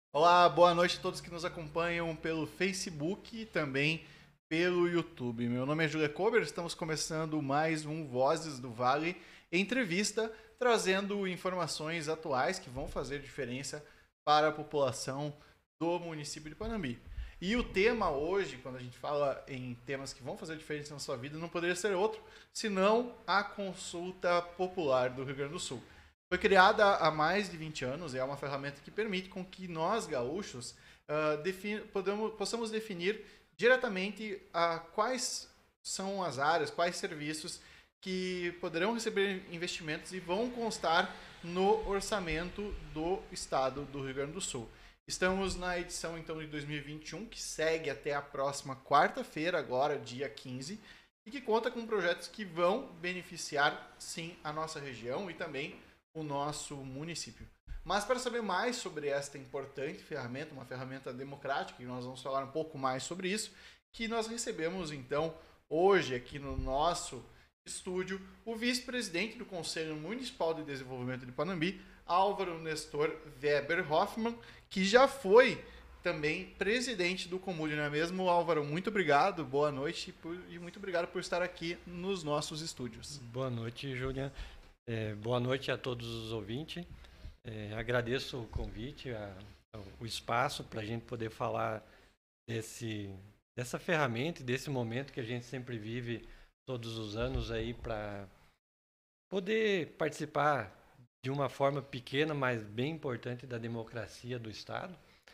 Olá, boa noite a todos que nos acompanham pelo Facebook e também pelo YouTube. Meu nome é Julia Kober, estamos começando mais um Vozes do Vale entrevista, trazendo informações atuais que vão fazer diferença para a população do município de Panambi. E o tema hoje, quando a gente fala em temas que vão fazer diferença na sua vida, não poderia ser outro, senão a consulta popular do Rio Grande do Sul. Foi criada há mais de 20 anos, é uma ferramenta que permite com que nós, gaúchos, possamos definir diretamente quais são as áreas, quais serviços que poderão receber investimentos e vão constar no orçamento do estado do Rio Grande do Sul. Estamos na edição então de 2021, que segue até a próxima quarta-feira, agora, dia 15, e que conta com projetos que vão beneficiar, sim, a nossa região e também o nosso município. Mas para saber mais sobre esta importante ferramenta, uma ferramenta democrática, e nós vamos falar um pouco mais sobre isso, que nós recebemos então hoje aqui no nosso estúdio o vice-presidente do Conselho Municipal de Desenvolvimento de Panambi, Álvaro Nestor Weber Hoffmann, que já foi também presidente do Comude, não é mesmo, Álvaro? Muito obrigado, boa noite e muito obrigado por estar aqui nos nossos estúdios. Boa noite, Julian. Boa noite a todos os ouvintes. Agradeço o convite, o espaço para a gente poder falar dessa ferramenta e desse momento que a gente sempre vive todos os anos aí para poder participar de uma forma pequena, mas bem importante da democracia do Estado.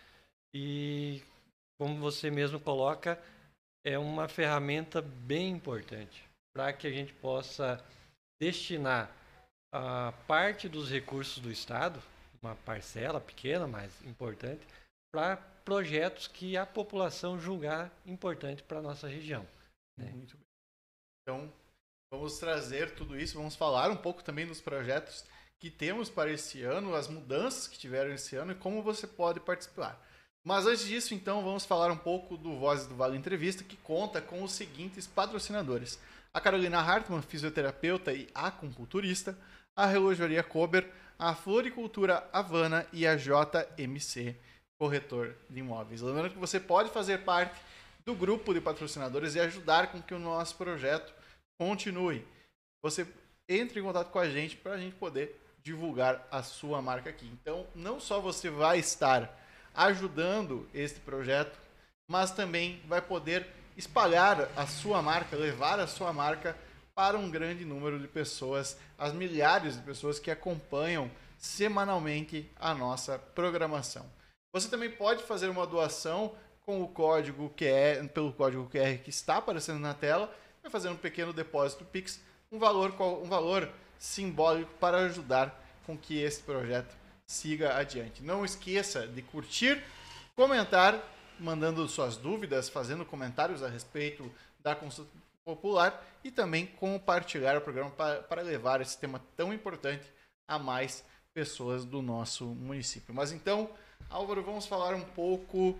E, como você mesmo coloca, é uma ferramenta bem importante para que a gente possa destinar a parte dos recursos do Estado, uma parcela pequena, mas importante, para projetos que a população julgar importante para a nossa região. Né? Muito bem. Então, vamos trazer tudo isso, vamos falar um pouco também dos projetos que temos para esse ano, as mudanças que tiveram esse ano e como você pode participar. Mas antes disso, então, vamos falar um pouco do Vozes do Vale Entrevista, que conta com os seguintes patrocinadores: a Carolina Hartmann, fisioterapeuta e acupunturista, a Relojoaria Kober, a Floricultura Havana e a JMC, corretor de imóveis. Lembrando que você pode fazer parte do grupo de patrocinadores e ajudar com que o nosso projeto continue. Você entre em contato com a gente para a gente poder divulgar a sua marca aqui. Então, não só você vai estar ajudando este projeto, mas também vai poder espalhar a sua marca, levar a sua marca para um grande número de pessoas, as milhares de pessoas que acompanham semanalmente a nossa programação. Você também pode fazer uma doação com o código QR, pelo código QR que está aparecendo na tela, vai fazer um pequeno depósito Pix, um valor simbólico para ajudar com que esse projeto siga adiante. Não esqueça de curtir, comentar, mandando suas dúvidas, fazendo comentários a respeito da consulta popular e também compartilhar o programa para levar esse tema tão importante a mais pessoas do nosso município. Mas então, Álvaro, vamos falar um pouco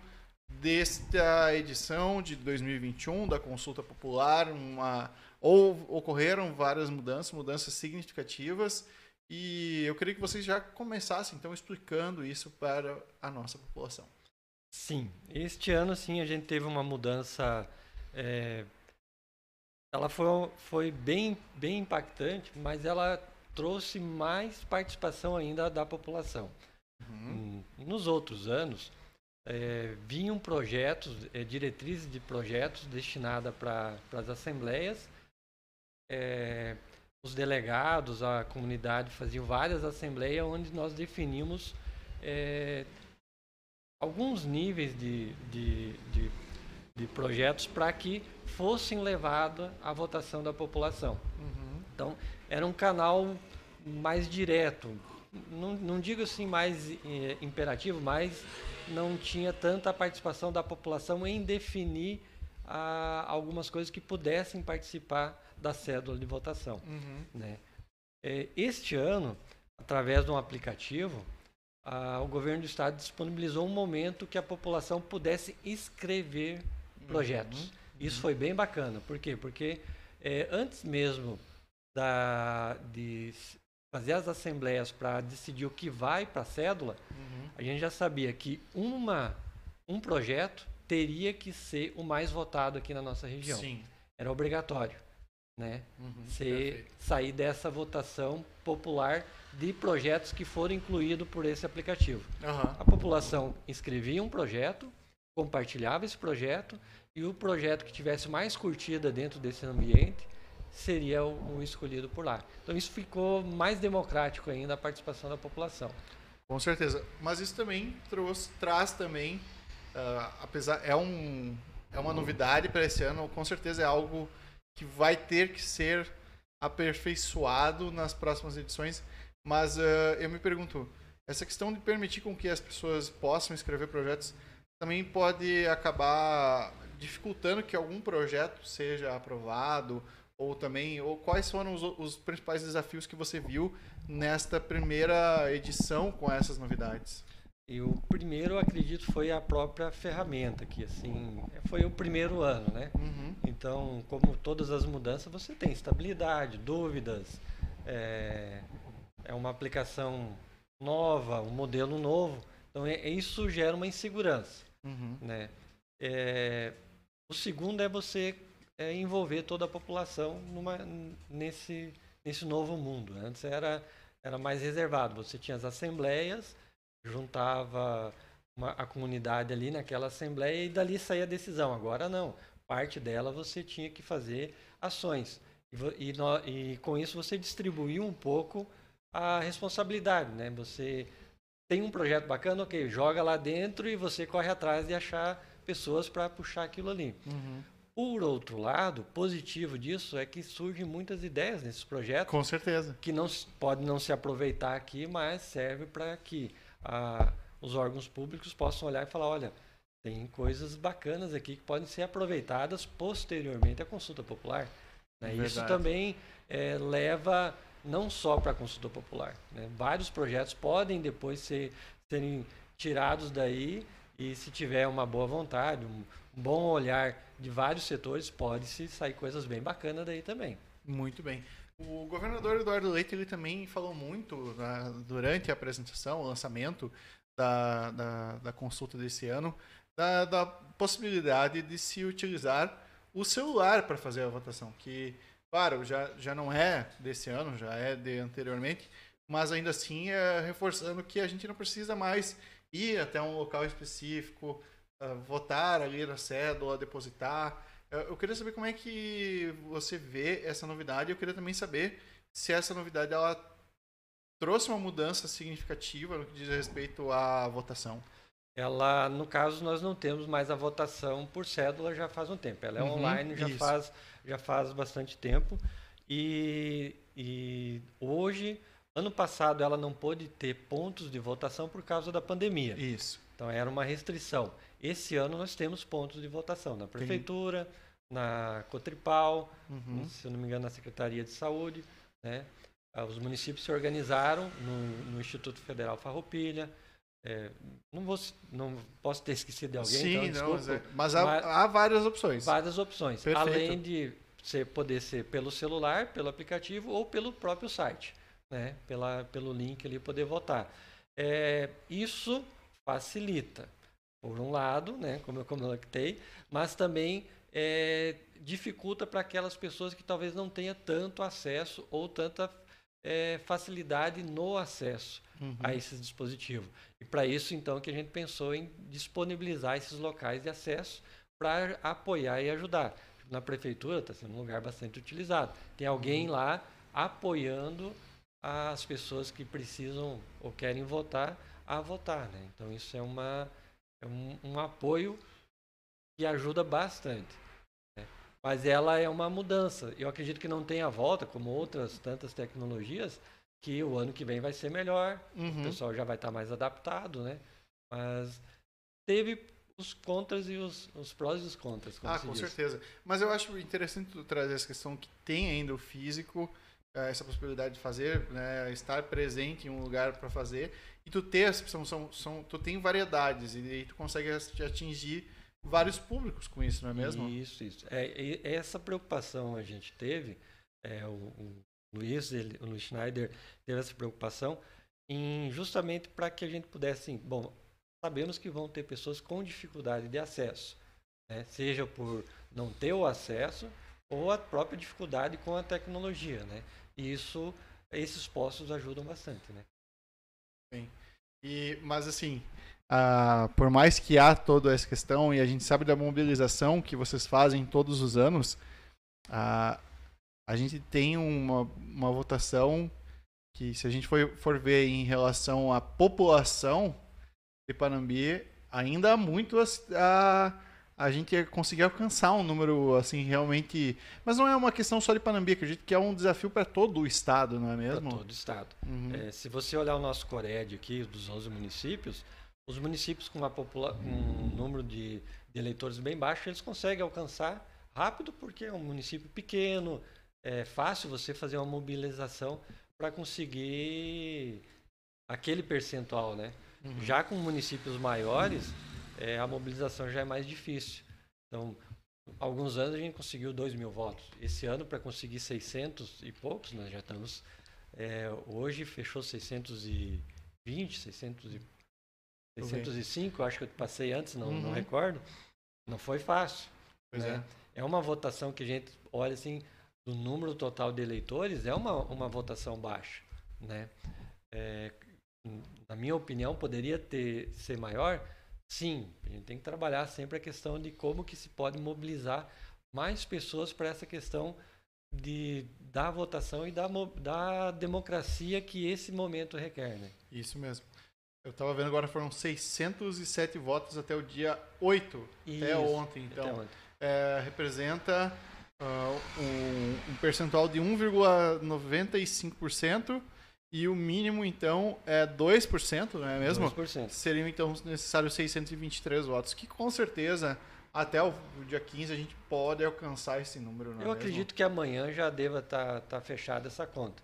desta edição de 2021 da consulta popular. Ocorreram várias mudanças significativas, e eu queria que vocês já começassem então explicando isso para a nossa população. Sim, este ano sim a gente teve uma mudança, ela foi bem impactante, mas ela trouxe mais participação ainda da população. Nos outros anos, vinham projetos, diretrizes de projetos destinadas para as assembleias. Os delegados, a comunidade faziam várias assembleias onde nós definimos alguns níveis de projetos para que fossem levados à votação da população. Então, era um canal mais direto, não digo assim mais imperativo, mas não tinha tanta participação da população em definir algumas coisas que pudessem participar da cédula de votação. Né? Este ano, através de um aplicativo, o governo do estado disponibilizou um momento que a população pudesse escrever projetos. Isso foi bem bacana. Por quê? Porque antes mesmo de fazer as assembleias para decidir o que vai para a cédula, a gente já sabia que um projeto teria que ser o mais votado aqui na nossa região. Sim. Era obrigatório, né? Perfeito. Sair dessa votação popular de projetos que foram incluídos por esse aplicativo. A população inscrevia um projeto, compartilhava esse projeto, e o projeto que tivesse mais curtida dentro desse ambiente seria o escolhido por lá. Então isso ficou mais democrático ainda a participação da população. Com certeza. Mas isso também traz também, apesar é uma novidade para esse ano, com certeza é algo que vai ter que ser aperfeiçoado nas próximas edições. Mas eu me pergunto, essa questão de permitir com que as pessoas possam escrever projetos também pode acabar dificultando que algum projeto seja aprovado, ou quais foram os principais desafios que você viu nesta primeira edição com essas novidades? E o primeiro, eu acredito, foi a própria ferramenta, que assim, foi o primeiro ano, né? Então, como todas as mudanças, você tem estabilidade, dúvidas, é uma aplicação nova, um modelo novo, então isso gera uma insegurança, né? O segundo é você envolver toda a população nesse novo mundo. Antes era mais reservado, você tinha as assembleias, juntava a comunidade ali naquela assembleia e dali saía a decisão. Agora não, parte dela você tinha que fazer ações e com isso você distribuiu um pouco a responsabilidade, né? Você tem um projeto bacana, ok, joga lá dentro e você corre atrás de achar pessoas para puxar aquilo ali. Por outro lado, positivo disso é que surgem muitas ideias nesses projetos. Com certeza. Que pode não se aproveitar aqui, mas serve para que os órgãos públicos possam olhar e falar, olha, tem coisas bacanas aqui que podem ser aproveitadas posteriormente à consulta popular. Né? Isso também leva não só para a consulta popular. Né? Vários projetos podem depois serem tirados daí e se tiver uma boa vontade, um bom olhar de vários setores, pode-se sair coisas bem bacanas daí também. Muito bem. O governador Eduardo Leite ele também falou muito durante a apresentação, o lançamento da consulta desse ano, da possibilidade de se utilizar o celular para fazer a votação, que, claro, já não é desse ano, já é de anteriormente, mas ainda assim reforçando que a gente não precisa mais ir até um local específico, votar ali na cédula, depositar. Eu queria saber como é que você vê essa novidade. Eu queria também saber se essa novidade ela trouxe uma mudança significativa no que diz respeito à votação. Ela, no caso, nós não temos mais a votação por cédula já faz um tempo. Ela é online já faz bastante tempo. E hoje, ano passado, ela não pôde ter pontos de votação por causa da pandemia. Isso. Então era uma restrição. Esse ano nós temos pontos de votação na prefeitura, na Cotripal, se eu não me engano na Secretaria de Saúde, né? Os municípios se organizaram no Instituto Federal Farroupilha. Não posso ter esquecido de alguém. Sim, então, desculpa, mas há várias opções. Várias opções. Perfeito. Além de poder ser pelo celular, pelo aplicativo ou pelo próprio site, né? Pelo link ali poder votar. Isso facilita, por um lado, né, como eu comentei, mas também dificulta para aquelas pessoas que talvez não tenham tanto acesso ou tanta facilidade no acesso a esses dispositivos. E para isso, então, que a gente pensou em disponibilizar esses locais de acesso para apoiar e ajudar. Na prefeitura está sendo um lugar bastante utilizado. Tem alguém lá apoiando as pessoas que precisam ou querem votar a votar, né? Então isso é um apoio que ajuda bastante, né? Mas ela é uma mudança. Eu acredito que não tenha volta, como outras tantas tecnologias, que o ano que vem vai ser melhor, o pessoal já vai estar mais adaptado, né? Mas teve os contras e os prós e os contras. Com certeza. Mas eu acho interessante tu trazer essa questão que tem ainda o físico, essa possibilidade de fazer, né, estar presente em um lugar para fazer, e tu ter tu tem variedades e aí tu consegue atingir vários públicos com isso, não é mesmo? Isso. Essa preocupação a gente teve, o o Luiz Schneider teve essa preocupação justamente para que a gente pudesse, bom, sabemos que vão ter pessoas com dificuldade de acesso, né? Seja por não ter o acesso ou a própria dificuldade com a tecnologia, né? E esses postos ajudam bastante, né? Bem, mas assim, por mais que há toda essa questão e a gente sabe da mobilização que vocês fazem todos os anos, a gente tem uma votação que, se a gente for ver em relação à população de Panambi, ainda há muito a gente conseguir alcançar um número assim realmente. Mas não é uma questão só de Panambi, acredito que é um desafio para todo o estado, não é mesmo? Para todo o estado. Uhum. Se você olhar o nosso Cored aqui, dos 11 municípios, os municípios com um número de eleitores bem baixo, eles conseguem alcançar rápido, porque é um município pequeno, é fácil você fazer uma mobilização para conseguir aquele percentual, né? Uhum. Já com municípios maiores, a mobilização já é mais difícil. Então, alguns anos a gente conseguiu 2.000 votos. Esse ano, para conseguir 600 e poucos, nós já estamos... hoje fechou 620, 605, acho que eu passei antes, não recordo. Não foi fácil. Pois né? É uma votação que a gente olha assim, do número total de eleitores, é uma votação baixa, né? Na minha opinião, poderia ser maior? Sim, a gente tem que trabalhar sempre a questão de como que se pode mobilizar mais pessoas para essa questão da votação e da democracia que esse momento requer, né? Isso mesmo. Eu estava vendo agora, foram 607 votos até o dia 8, até ontem. Então, até ontem. Representa um percentual de 1,95%. E o mínimo, então, é 2%, não é mesmo? 2%. Seriam, então, necessários 623 votos, que com certeza, até o dia 15, a gente pode alcançar esse número, não é Eu acredito que amanhã já deva estar fechada essa conta.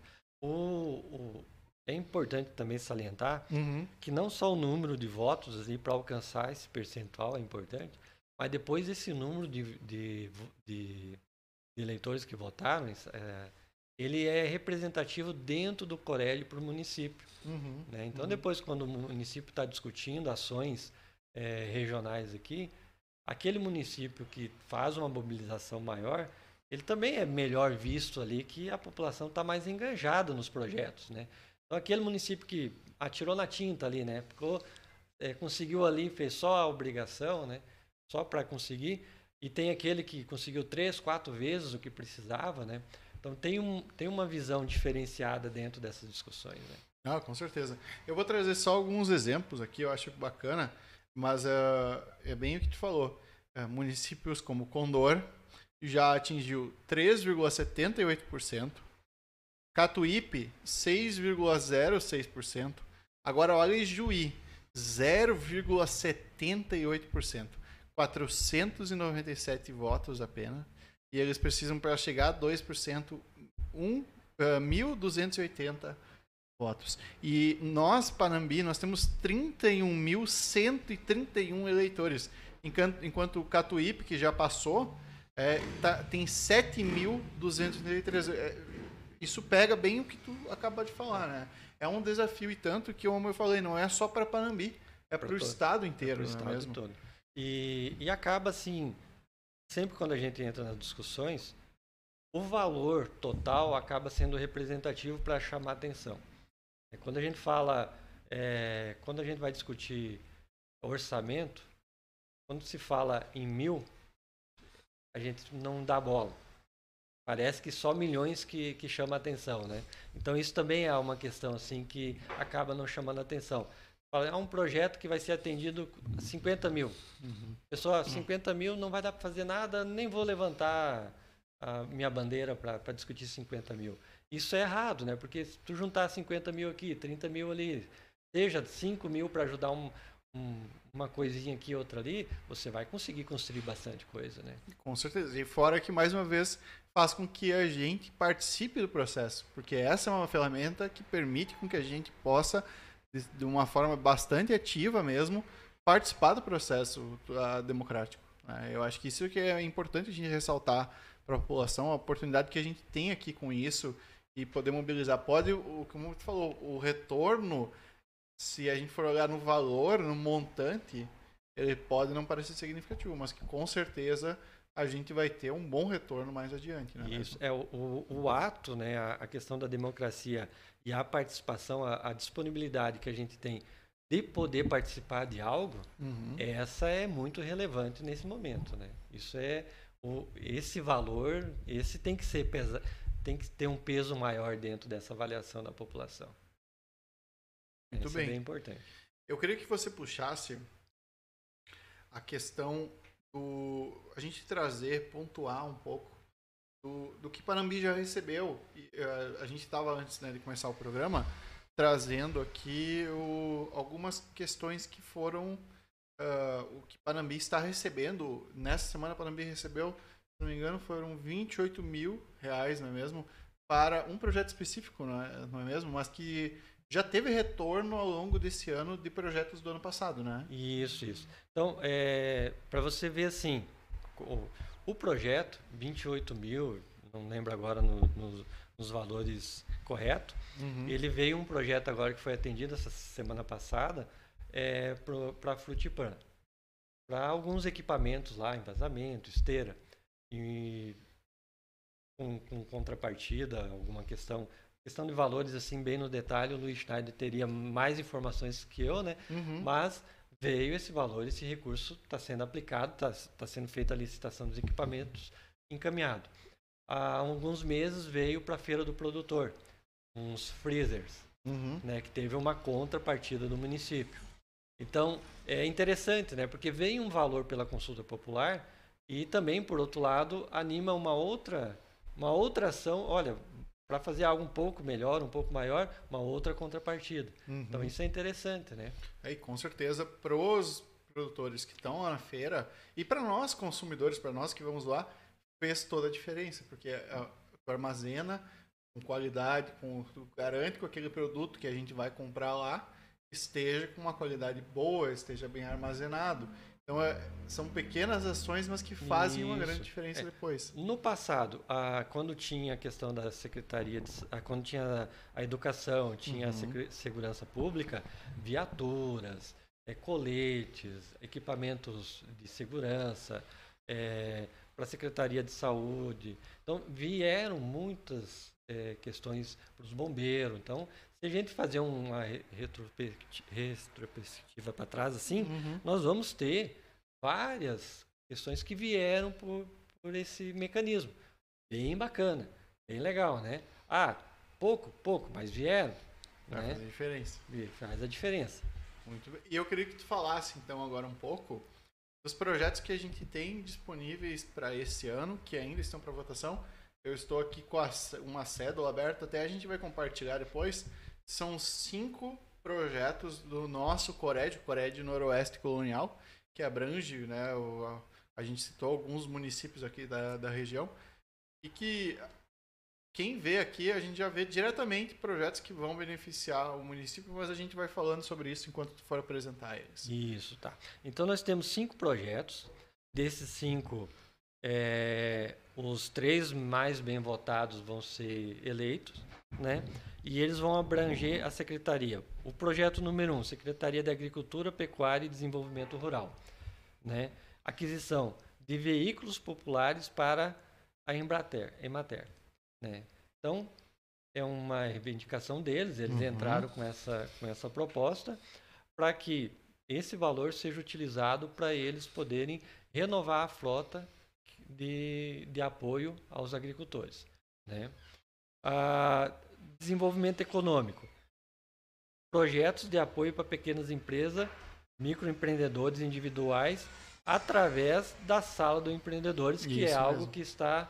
É importante também salientar que não só o número de votos para alcançar esse percentual é importante, mas depois esse número de eleitores que votaram, ele é representativo dentro do Cored para o município. Né? Então, depois, quando o município está discutindo ações regionais aqui, aquele município que faz uma mobilização maior, ele também é melhor visto ali, que a população está mais engajada nos projetos. Né? Então, aquele município que atirou na tinta ali, né? Conseguiu ali, fez só a obrigação, né? Só para conseguir, e tem aquele que conseguiu 3, 4 vezes o que precisava, né? Então, tem uma visão diferenciada dentro dessas discussões. Né? Ah, com certeza. Eu vou trazer só alguns exemplos aqui, eu acho bacana, mas é bem o que tu falou. Municípios como Condor já atingiu 3,78%, Catuípe 6,06%, agora olha Ijuí 0,78%, 497 votos apenas. E eles precisam, para chegar a 2%, 1.280 votos. E nós, Panambi, nós temos 31.131 eleitores. Enquanto o Catuípe, que já passou, tem 7.283. Isso pega bem o que tu acaba de falar, né? É um desafio e tanto que, como eu falei, não é só para Panambi, é para o estado inteiro, não é mesmo? Todo. E acaba assim... Sempre quando a gente entra nas discussões, o valor total acaba sendo representativo para chamar atenção. Quando a gente fala, quando a gente vai discutir orçamento, quando se fala em 1.000, a gente não dá bola. Parece que só milhões que chama atenção, né? Então isso também é uma questão assim que acaba não chamando atenção. É um projeto que vai ser atendido a 50 mil. Pessoal, 50 mil não vai dar para fazer nada, nem vou levantar a minha bandeira para discutir 50 mil. Isso é errado, né? Porque se tu juntar 50 mil aqui, 30 mil ali, seja 5 mil para ajudar uma coisinha aqui, outra ali, você vai conseguir construir bastante coisa, né? Com certeza. E fora que, mais uma vez, faz com que a gente participe do processo. Porque essa é uma ferramenta que permite com que a gente possa, de uma forma bastante ativa mesmo, participar do processo democrático. Eu acho que isso que é importante a gente ressaltar para a população, a oportunidade que a gente tem aqui com isso e poder mobilizar. Pode, como tu falou, o retorno, se a gente for olhar no valor, no montante, ele pode não parecer significativo, mas que com certeza a gente vai ter um bom retorno mais adiante. Né? Isso, o ato, né, a questão da democracia e a participação, a disponibilidade que a gente tem de poder participar de algo, essa é muito relevante nesse momento, né? Isso esse valor, esse tem que ser tem que ter um peso maior dentro dessa avaliação da população. Muito Isso bem. É bem importante. Eu queria que você puxasse a questão a gente pontuar um pouco do que Panambi já recebeu. A gente estava antes, né, de começar o programa trazendo aqui algumas questões que foram o que Panambi está recebendo. Nessa semana, Panambi recebeu, se não me engano, foram R$28 mil, não é mesmo? Para um projeto específico, não é mesmo? Mas que já teve retorno ao longo desse ano de projetos do ano passado, né? Isso. Então, para você ver assim, o projeto, 28 mil, não lembro agora nos valores corretos, ele veio um projeto agora que foi atendido essa semana passada para a Frutipan, para alguns equipamentos lá, envasamento, esteira, e com contrapartida, alguma questão de valores assim bem no detalhe, o Luiz Schneider teria mais informações que eu, né? Mas veio esse valor, esse recurso está sendo aplicado, está sendo feita a licitação dos equipamentos, encaminhado. Há alguns meses veio para a Feira do Produtor, uns freezers, né, que teve uma contrapartida do município. Então, é interessante, né, porque vem um valor pela consulta popular e também, por outro lado, anima uma outra ação, olha, para fazer algo um pouco melhor, um pouco maior, uma outra contrapartida. Então, isso é interessante, né? E com certeza, para os produtores que estão lá na feira e para nós, consumidores, para nós que vamos lá, fez toda a diferença, porque tu armazena com qualidade, tu garante que aquele produto que a gente vai comprar lá esteja com uma qualidade boa, esteja bem armazenado. Então, são pequenas ações, mas que fazem uma grande diferença depois. No passado, quando tinha a questão da Secretaria, quando tinha a educação, tinha a segurança pública, viaturas, coletes, equipamentos de segurança, para a Secretaria de Saúde. Então, vieram muitas questões para os bombeiros. Então, se a gente fazer uma retrospectiva para trás, assim, nós vamos ter várias questões que vieram por esse mecanismo. Bem bacana, bem legal, né? Pouco, mas vieram. Vai fazer a diferença. Faz a diferença. Muito bem. E eu queria que tu falasse, então, agora um pouco dos projetos que a gente tem disponíveis para esse ano, que ainda estão para votação. Eu estou aqui com uma cédula aberta, até a gente vai compartilhar depois. São 5 projetos do nosso Cored Noroeste Colonial, que abrange, né, a gente citou alguns municípios aqui da região, e que quem vê aqui, a gente já vê diretamente projetos que vão beneficiar o município, mas a gente vai falando sobre isso enquanto tu for apresentar eles. Isso, tá. Então nós temos 5 projetos. Desses 5, os 3 mais bem votados vão ser eleitos, né? E eles vão abranger a secretaria. O projeto número 1, Secretaria de Agricultura, Pecuária e Desenvolvimento Rural, né? Aquisição de veículos populares para a Emater, né? Então, é uma reivindicação deles, eles entraram com essa proposta para que esse valor seja utilizado para eles poderem renovar a frota de apoio aos agricultores, né? Desenvolvimento econômico. Projetos de apoio para pequenas empresas, microempreendedores individuais, através da Sala do Empreendedores, que é algo que está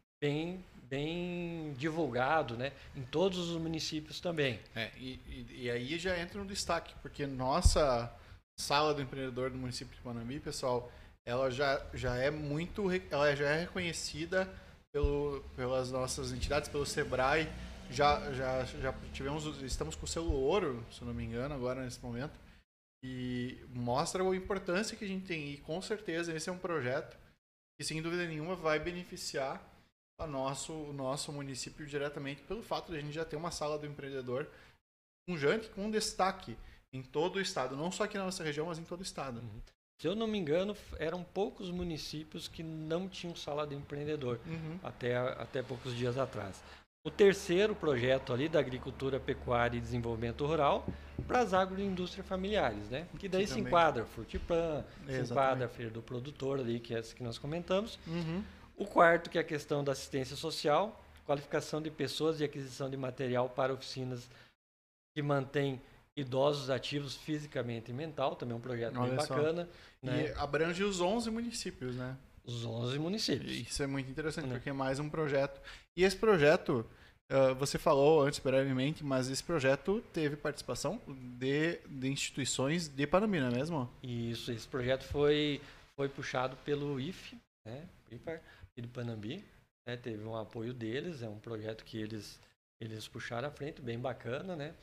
bem divulgado, né, em todos os municípios também. E aí já entra no destaque, porque nossa Sala do Empreendedor do município de Panambi, pessoal, ela já é reconhecida pelas nossas entidades, pelo Sebrae. Já estamos com o selo ouro, se eu não me engano, agora nesse momento, e mostra a importância que a gente tem, e com certeza esse é um projeto que sem dúvida nenhuma vai beneficiar o nosso município diretamente pelo fato de a gente já ter uma sala do empreendedor pujante com destaque em todo o estado, não só aqui na nossa região, mas em todo o estado. Uhum. Se eu não me engano, eram poucos municípios que não tinham sala do empreendedor, até poucos dias atrás. O terceiro projeto ali da agricultura, pecuária e desenvolvimento rural para as agroindústrias familiares, né? Que daí se enquadra Frutiplan, se enquadra a Feira do Produtor ali, que é essa que nós comentamos. O quarto, que é a questão da assistência social, qualificação de pessoas e aquisição de material para oficinas que mantém idosos ativos fisicamente e mental, também é um projeto bem bacana. Né? E abrange os 11 municípios, né? Os 11 municípios. Isso é muito interessante, porque é mais um projeto. E esse projeto, você falou antes brevemente, mas esse projeto teve participação de instituições de Panambi, não é mesmo? Isso, esse projeto foi puxado pelo IFE, né? IFAR, de Panambi. Né? Teve um apoio deles, é um projeto que eles puxaram à frente, bem bacana, né?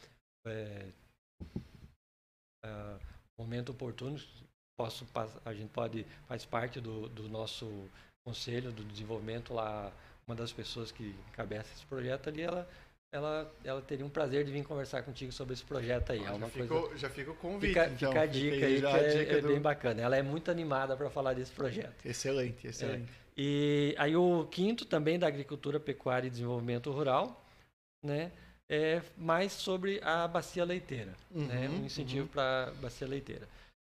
Momento oportuno, a gente faz parte do nosso conselho do desenvolvimento lá, uma das pessoas que encabeça esse projeto ali, ela teria um prazer de vir conversar contigo sobre esse projeto aí. Já fica o convite. Fica a dica aí, que é bem bacana. Ela é muito animada para falar desse projeto. Excelente. E aí o quinto também da agricultura, pecuária e desenvolvimento rural, né? É mais sobre a bacia leiteira, né? Um incentivo para a bacia leiteira.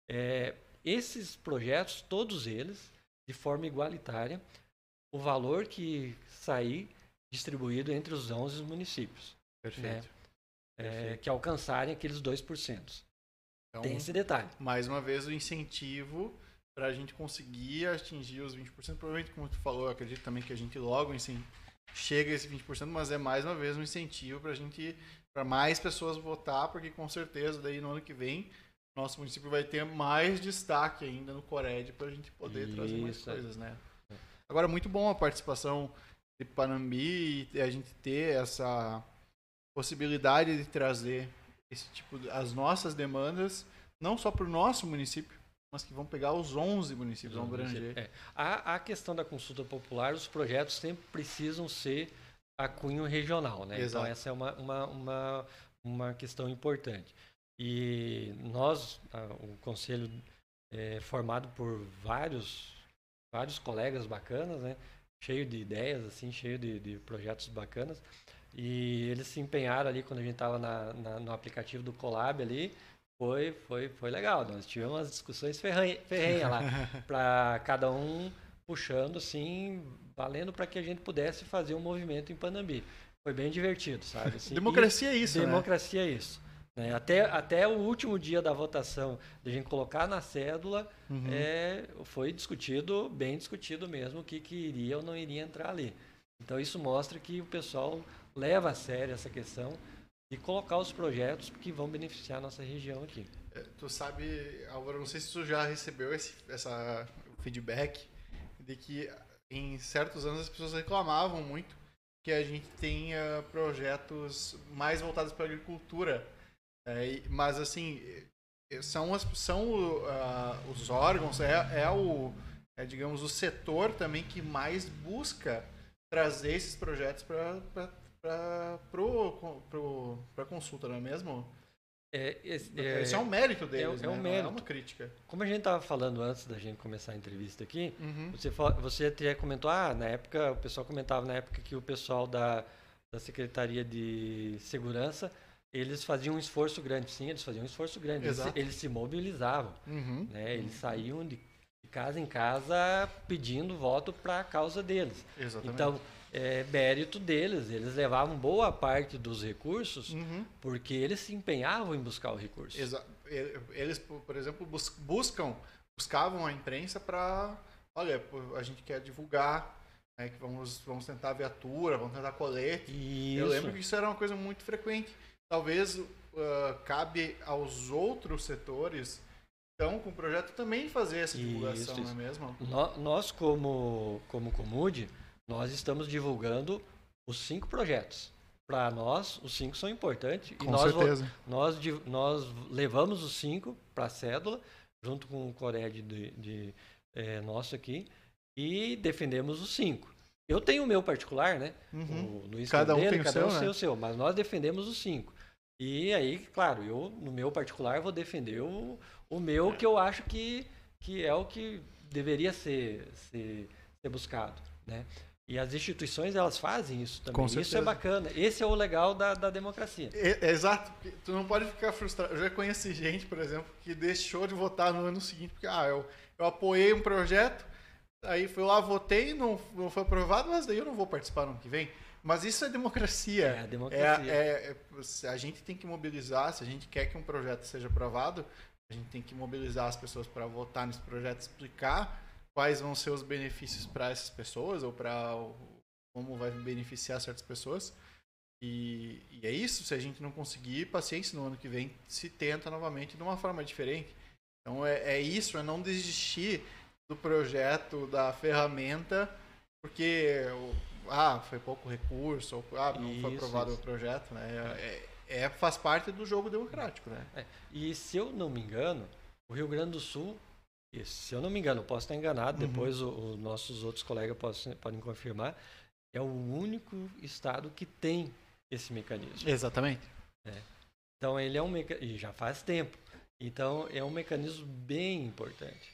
Esses projetos, todos eles, de forma igualitária, o valor que sair distribuído entre os 11 municípios. Perfeito. Né? Que alcançarem aqueles 2%. Então, tem esse detalhe. Mais uma vez, o incentivo para a gente conseguir atingir os 20%. Provavelmente, como tu falou, eu acredito também que a gente logo chega a esse 20%, mas é mais uma vez um incentivo para mais pessoas votar, porque com certeza daí no ano que vem nosso município vai ter mais destaque ainda no Cored para a gente poder trazer mais coisas, né? Agora, muito bom a participação de Panambi e a gente ter essa possibilidade de trazer esse tipo as nossas demandas, não só para o nosso município, mas que vão pegar os 11 municípios, vão abranger. A questão da consulta popular, os projetos sempre precisam ser a cunho regional, né? Exato. Então essa é uma questão importante. E nós, o conselho é formado por vários colegas bacanas, né? Cheio de ideias, assim, cheio de projetos bacanas. E eles se empenharam ali quando a gente estava no aplicativo do Colab ali. Foi legal. Nós tivemos umas discussões ferrenhas lá, para cada um puxando, assim, valendo para que a gente pudesse fazer um movimento em Panambi. Foi bem divertido, sabe? Assim, democracia é isso, democracia é isso. Né? Até o último dia da votação, de a gente colocar na cédula, foi bem discutido mesmo, o que iria ou não iria entrar ali. Então isso mostra que o pessoal leva a sério essa questão de colocar os projetos que vão beneficiar a nossa região aqui. Tu sabe, Álvaro, não sei se tu já recebeu essa feedback de que em certos anos as pessoas reclamavam muito que a gente tenha projetos mais voltados para a agricultura. Mas assim, são os órgãos, digamos, o setor também que mais busca trazer esses projetos para consulta, não é mesmo? Isso é um mérito deles, né? Um mérito. Não é uma crítica. Como a gente estava falando antes da gente começar a entrevista aqui, você até comentou, na época, o pessoal comentava na época que o pessoal da Secretaria de Segurança, eles faziam um esforço grande. Sim, eles faziam um esforço grande. Eles se mobilizavam. Né? Eles saíam de casa em casa pedindo voto para a causa deles. Exatamente. Então, mérito deles. Eles levavam boa parte dos recursos porque eles se empenhavam em buscar o recurso. Eles, por exemplo, buscavam a imprensa para... Olha, a gente quer divulgar, né, que vamos tentar viatura, vamos tentar colete. Isso. Eu lembro que isso era uma coisa muito frequente. Talvez cabe aos outros setores, então, com o projeto, também fazer essa divulgação, não é mesmo? Nós, como Comude, nós estamos divulgando os 5 projetos. Para nós, os 5 são importantes. Com certeza. Nós levamos os 5 para a cédula, junto com o Cored nosso aqui, e defendemos os 5. Eu tenho o meu particular, né? No Cada um dele, tem o cada seu, um tem né? o seu, mas nós defendemos os 5. E aí, claro, eu no meu particular vou defender o meu que eu acho que é o que deveria ser buscado, né? E as instituições, elas fazem isso também. Com Isso é certeza. bacana. Esse é o legal da democracia. Exato, porque tu não pode ficar frustrado. Eu já conheci gente, por exemplo, que deixou de votar no ano seguinte, porque eu apoiei um projeto, aí fui lá, votei, não foi aprovado, mas daí eu não vou participar no ano que vem. Mas isso é democracia. É a democracia. Se a gente tem que mobilizar, se a gente quer que um projeto seja aprovado, a gente tem que mobilizar as pessoas para votar nesse projeto, explicar quais vão ser os benefícios para essas pessoas ou para como vai beneficiar certas pessoas. E é isso, se a gente não conseguir, paciência, no ano que vem se tenta novamente de uma forma diferente. Então é isso, é não desistir do projeto, da ferramenta, porque foi pouco recurso, ou não foi aprovado o projeto, né? Faz parte do jogo democrático, né? E se eu não me engano, o Rio Grande do Sul, se eu não me engano, eu posso estar enganado, depois os nossos outros colegas podem confirmar, é o único estado que tem esse mecanismo. Exatamente. Então ele é um mecanismo, e já faz tempo. Então é um mecanismo bem importante.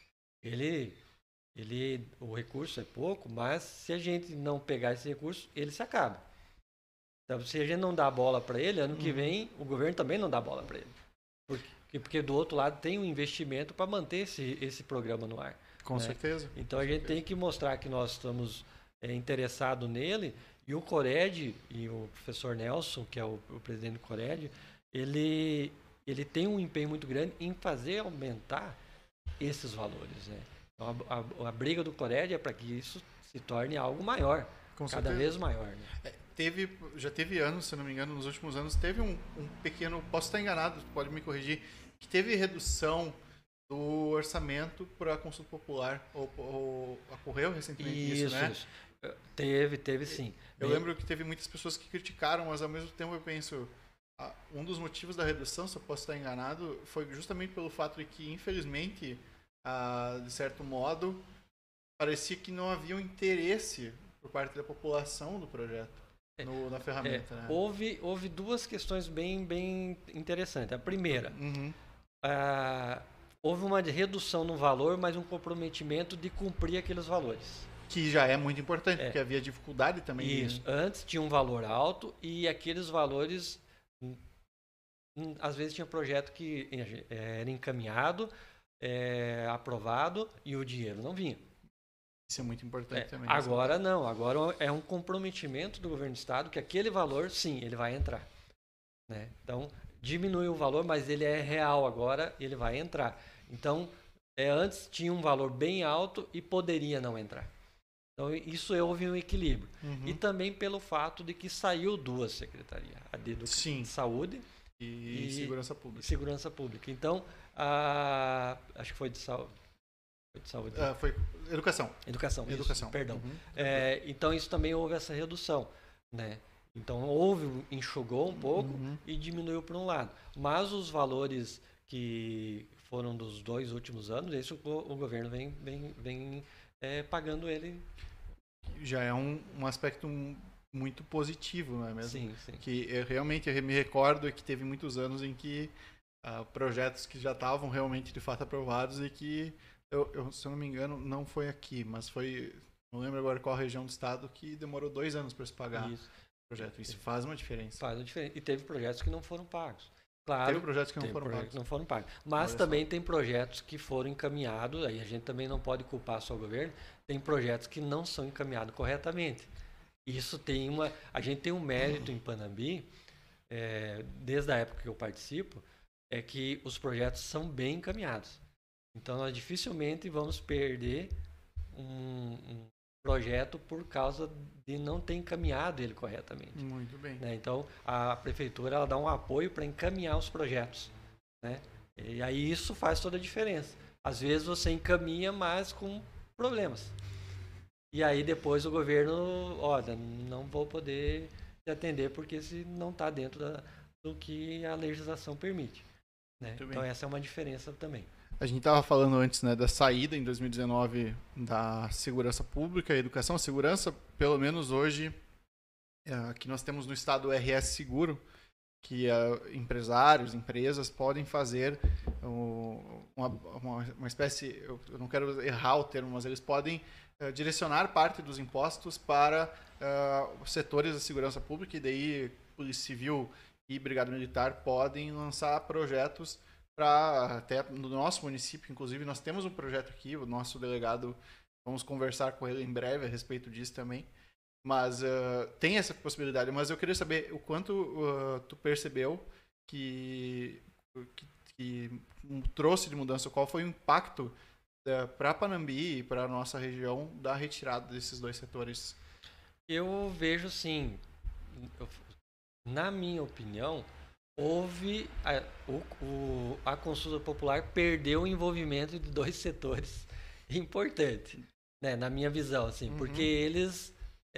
O recurso é pouco, mas se a gente não pegar esse recurso, ele se acaba. Então se a gente não dá a bola para ele, ano que vem o governo também não dá a bola para ele. Porque do outro lado tem um investimento para manter esse programa no ar. Com certeza. Então a gente tem que mostrar que nós estamos interessados nele. E o Cored, e o professor Nelson, que é o presidente do Cored, ele tem um empenho muito grande em fazer aumentar esses valores. Né? Então a briga do Cored é para que isso se torne algo maior, cada vez maior. Né? Já teve anos, se não me engano, nos últimos anos, teve um pequeno, posso estar enganado, pode me corrigir, que teve redução do orçamento para a consulta popular. Ou ocorreu recentemente isso, né? Isso. Teve sim. Eu lembro que teve muitas pessoas que criticaram, mas ao mesmo tempo eu penso, um dos motivos da redução, se eu posso estar enganado, foi justamente pelo fato de que, infelizmente, de certo modo, parecia que não havia um interesse por parte da população do projeto. Na ferramenta. Né? Houve duas questões bem interessantes. A primeira, houve uma redução no valor, mas um comprometimento de cumprir aqueles valores. Que já é muito importante, porque havia dificuldade também. Isso. Antes tinha um valor alto e aqueles valores, às vezes tinha projeto que era encaminhado, aprovado e o dinheiro não vinha. Isso é muito importante também. Agora não, agora é um comprometimento do governo do estado que aquele valor, sim, ele vai entrar. Né? Então, diminui o valor, mas ele é real agora, ele vai entrar. Então, antes tinha um valor bem alto e poderia não entrar. Então, isso houve um equilíbrio. E também pelo fato de que saiu duas secretarias, a de Saúde e Segurança Pública. Então, acho que foi de saúde. Foi educação. Educação. Perdão. Então isso também houve essa redução, né? Então enxugou um pouco e diminuiu por um lado. Mas os valores que foram dos 2 últimos anos, isso o governo vem pagando ele. Já é um aspecto muito positivo, não é mesmo? Sim. Que realmente eu me recordo que teve muitos anos em que projetos que já estavam realmente de fato aprovados e que se eu não me engano, não foi aqui, mas foi, não lembro agora qual região do estado, que demorou 2 anos para se pagar o projeto. Isso faz uma diferença. Faz uma diferença. E teve projetos que não foram pagos. Claro, teve projetos que não foram pagos. Mas também tem projetos que foram encaminhados, aí a gente também não pode culpar só o governo, tem projetos que não são encaminhados corretamente. Isso a gente tem um mérito em Panambi, desde a época que eu participo, é que os projetos são bem encaminhados. Então, nós dificilmente vamos perder um projeto por causa de não ter encaminhado ele corretamente. Muito bem. Né? Então, a prefeitura ela dá um apoio para encaminhar os projetos. Né? E aí isso faz toda a diferença. Às vezes você encaminha, mas com problemas. E aí depois o governo, olha, não vou poder te atender porque se não está dentro do que a legislação permite. Né? Então essa é uma diferença também. A gente estava falando antes, né, da saída em 2019 da segurança pública, educação, segurança, pelo menos hoje, aqui nós temos no estado o RS Seguro, que empresários, empresas podem fazer uma espécie, eu não quero errar o termo, mas eles podem direcionar parte dos impostos para os setores da segurança pública, e daí Polícia Civil e Brigada Militar podem lançar projetos para, até no nosso município, inclusive, nós temos um projeto aqui, o nosso delegado, vamos conversar com ele em breve a respeito disso também. Mas tem essa possibilidade. Mas eu queria saber o quanto tu percebeu que trouxe de mudança, qual foi o impacto para Panambi e para a nossa região da retirada desses dois setores. Eu vejo sim, na minha opinião, houve a consulta popular perdeu o envolvimento de dois setores importantes, né, na minha visão, assim, porque eles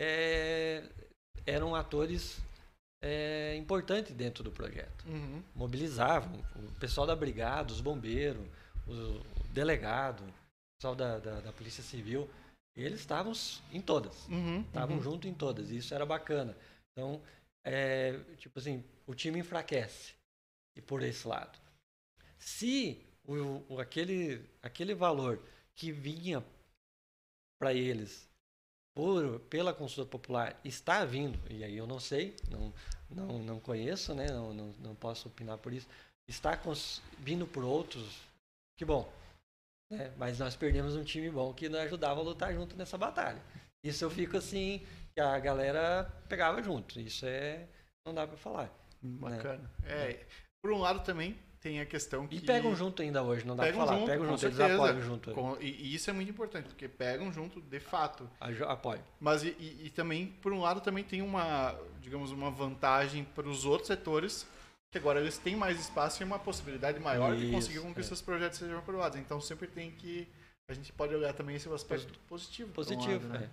eram atores importantes dentro do projeto. Mobilizavam o pessoal da brigada, os bombeiros, o delegado, o pessoal da Polícia Civil. Eles estavam em todas. Estavam junto em todas. E isso era bacana. Então, tipo assim, o time enfraquece. E por esse lado. Se aquele valor que vinha para eles pela consulta popular está vindo, e aí eu não sei, não conheço, né? Não posso opinar por isso, está vindo por outros, que bom, né? Mas nós perdemos um time bom que nos ajudava a lutar junto nessa batalha. Isso eu fico assim, que a galera pegava junto, isso não dá para falar. Bacana. Né? Por um lado também tem a questão que... E pegam junto ainda hoje, não dá pra falar. Pegam junto, certeza. Eles apoiam junto. E isso é muito importante, porque pegam junto de fato. Apoio. Mas e também, por um lado, também tem uma vantagem para os outros setores, que agora eles têm mais espaço e uma possibilidade maior de conseguir com que esses projetos sejam aprovados. Então sempre tem que... A gente pode olhar também esse aspecto positivo. Positivo, lado, né?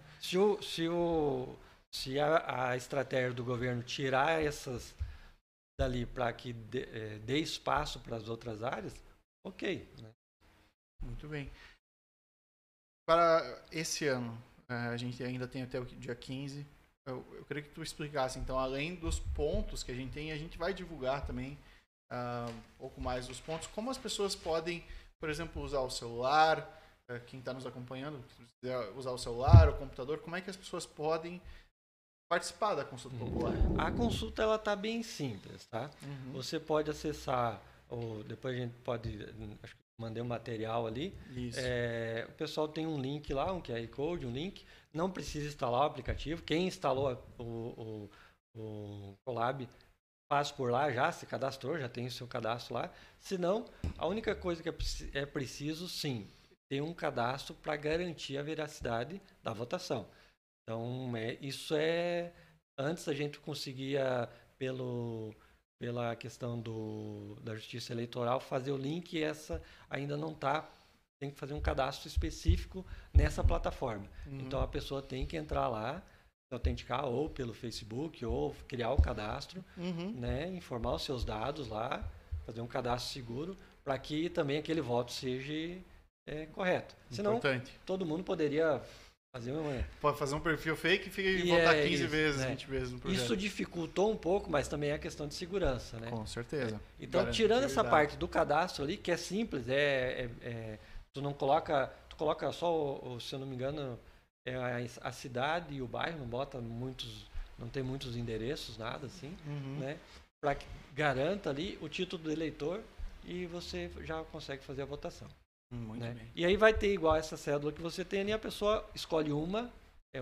Se a estratégia do governo tirar essas dali para que dê espaço para as outras áreas, ok. Né? Muito bem. Para esse ano, a gente ainda tem até o dia 15. Eu queria que tu explicasse, então, além dos pontos que a gente tem, a gente vai divulgar também um pouco mais dos pontos, como as pessoas podem, por exemplo, usar o celular, quem está nos acompanhando, se quiser usar o celular, o computador, como é que as pessoas podem participar da consulta popular? A consulta ela tá bem simples, tá? Você pode acessar, ou depois a gente pode, acho que mandei um material ali. Isso. O pessoal tem um link lá, um QR Code, um link. Não precisa instalar o aplicativo. Quem instalou o Colab faz por lá já, se cadastrou, já tem o seu cadastro lá. Se não, a única coisa que é preciso, sim, ter um cadastro para garantir a veracidade da votação. Então, isso antes a gente conseguia, pela questão da justiça eleitoral, fazer o link, e essa ainda não está. Tem que fazer um cadastro específico nessa plataforma. Então, a pessoa tem que entrar lá, autenticar ou pelo Facebook, ou criar o cadastro, né, informar os seus dados lá, fazer um cadastro seguro, para que também aquele voto seja correto. Senão, todo mundo poderia... Pode fazer um perfil fake e votar 15 vezes, 20 vezes no projeto. Isso dificultou um pouco, mas também é a questão de segurança, né? Com certeza. Então, tirando essa parte do cadastro ali, que é simples, tu não coloca, tu coloca só, se eu não me engano, a cidade e o bairro, não tem muitos endereços, nada assim, né? Para que garanta ali o título do eleitor e você já consegue fazer a votação. Muito né? bem. E aí vai ter igual essa cédula que você tem ali, a pessoa escolhe um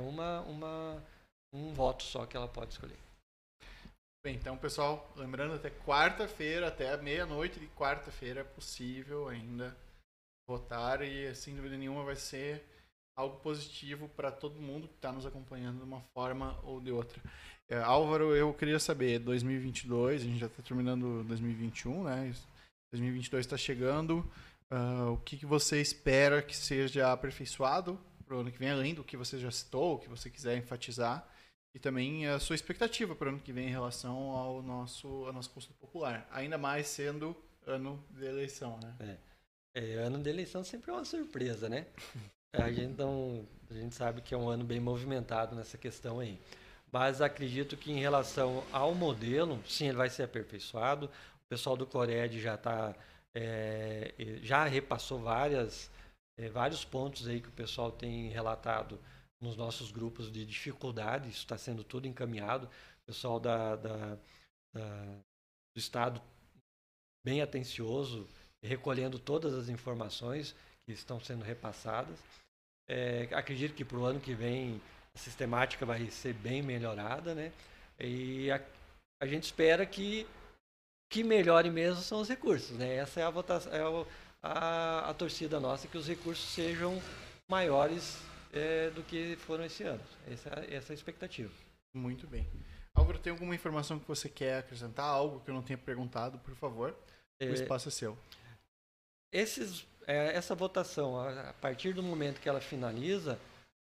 voto só que ela pode escolher. Bem, então, pessoal, lembrando, até quarta-feira, até meia-noite de quarta-feira é possível ainda votar, e sem dúvida nenhuma vai ser algo positivo para todo mundo que está nos acompanhando de uma forma ou de outra. Álvaro, eu queria saber, 2022, a gente já está terminando 2021, né? 2022 está chegando. O que você espera que seja aperfeiçoado para o ano que vem, além do que você já citou, o que você quiser enfatizar, e também a sua expectativa para o ano que vem em relação à nossa consulta popular, ainda mais sendo ano de eleição, né? Ano de eleição sempre é uma surpresa, né? A gente sabe que é um ano bem movimentado nessa questão aí. Mas acredito que em relação ao modelo, sim, ele vai ser aperfeiçoado. O pessoal do Cored já repassou vários pontos aí que o pessoal tem relatado nos nossos grupos de dificuldade. Isso está sendo tudo encaminhado. O pessoal do Estado bem atencioso, recolhendo todas as informações que estão sendo repassadas. Acredito que para o ano que vem a sistemática vai ser bem melhorada, né? E a gente espera que melhore mesmo são os recursos, né? Essa é a votação, a torcida nossa, que os recursos sejam maiores do que foram esse ano. Essa é a expectativa. Muito bem. Álvaro, tem alguma informação que você quer acrescentar? Algo que eu não tenha perguntado, por favor? O espaço é seu. Essa votação, a partir do momento que ela finaliza,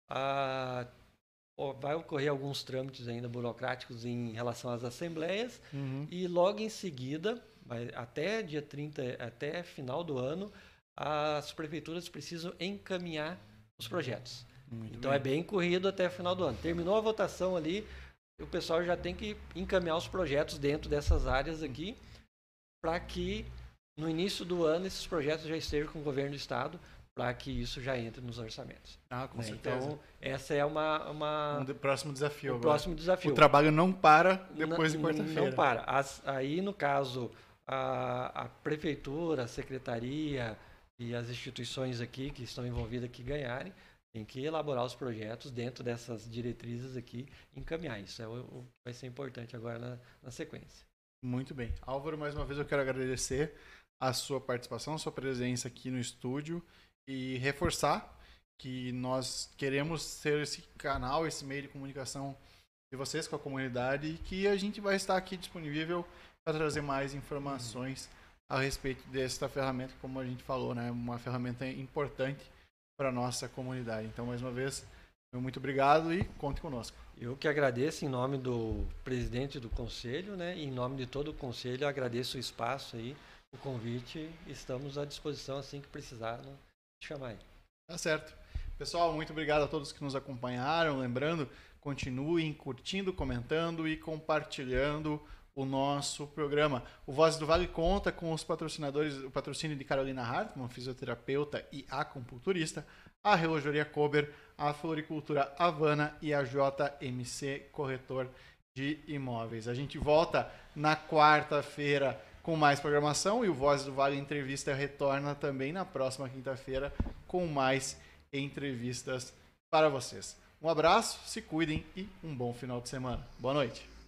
vai ocorrer alguns trâmites ainda burocráticos em relação às assembleias, e logo em seguida, até dia 30, até final do ano, as prefeituras precisam encaminhar os projetos. Então é bem corrido até final do ano. Terminou a votação ali, o pessoal já tem que encaminhar os projetos dentro dessas áreas aqui, para que no início do ano esses projetos já estejam com o governo do estado, para que isso já entre nos orçamentos. Com certeza. Então, essa é um próximo desafio. Próximo desafio. O trabalho não para depois de quarta-feira. Não para. Aí, no caso, a prefeitura, a secretaria e as instituições aqui que estão envolvidas que ganharem, tem que elaborar os projetos dentro dessas diretrizes aqui e encaminhar. Isso vai ser importante agora na sequência. Muito bem. Álvaro, mais uma vez eu quero agradecer a sua participação, a sua presença aqui no estúdio e reforçar que nós queremos ser esse canal, esse meio de comunicação de vocês com a comunidade e que a gente vai estar aqui disponível para trazer mais informações a respeito desta ferramenta, como a gente falou, né? Uma ferramenta importante para a nossa comunidade. Então, mais uma vez, muito obrigado e conte conosco. Eu que agradeço em nome do presidente do conselho, né? E em nome de todo o conselho, agradeço o espaço aí, o convite. Estamos à disposição assim que precisar, né? Chamar aí. Tá certo. Pessoal, muito obrigado a todos que nos acompanharam. Lembrando, continuem curtindo, comentando e compartilhando o nosso programa. O Voz do Vale conta com os patrocinadores, o patrocínio de Carolina Hartmann, fisioterapeuta e acupunturista, a Relojoaria Kober, a Floricultura Havana e a JMC Corretor de Imóveis. A gente volta na quarta-feira com mais programação e o Voz do Vale Entrevista retorna também na próxima quinta-feira com mais entrevistas para vocês. Um abraço, se cuidem e um bom final de semana. Boa noite.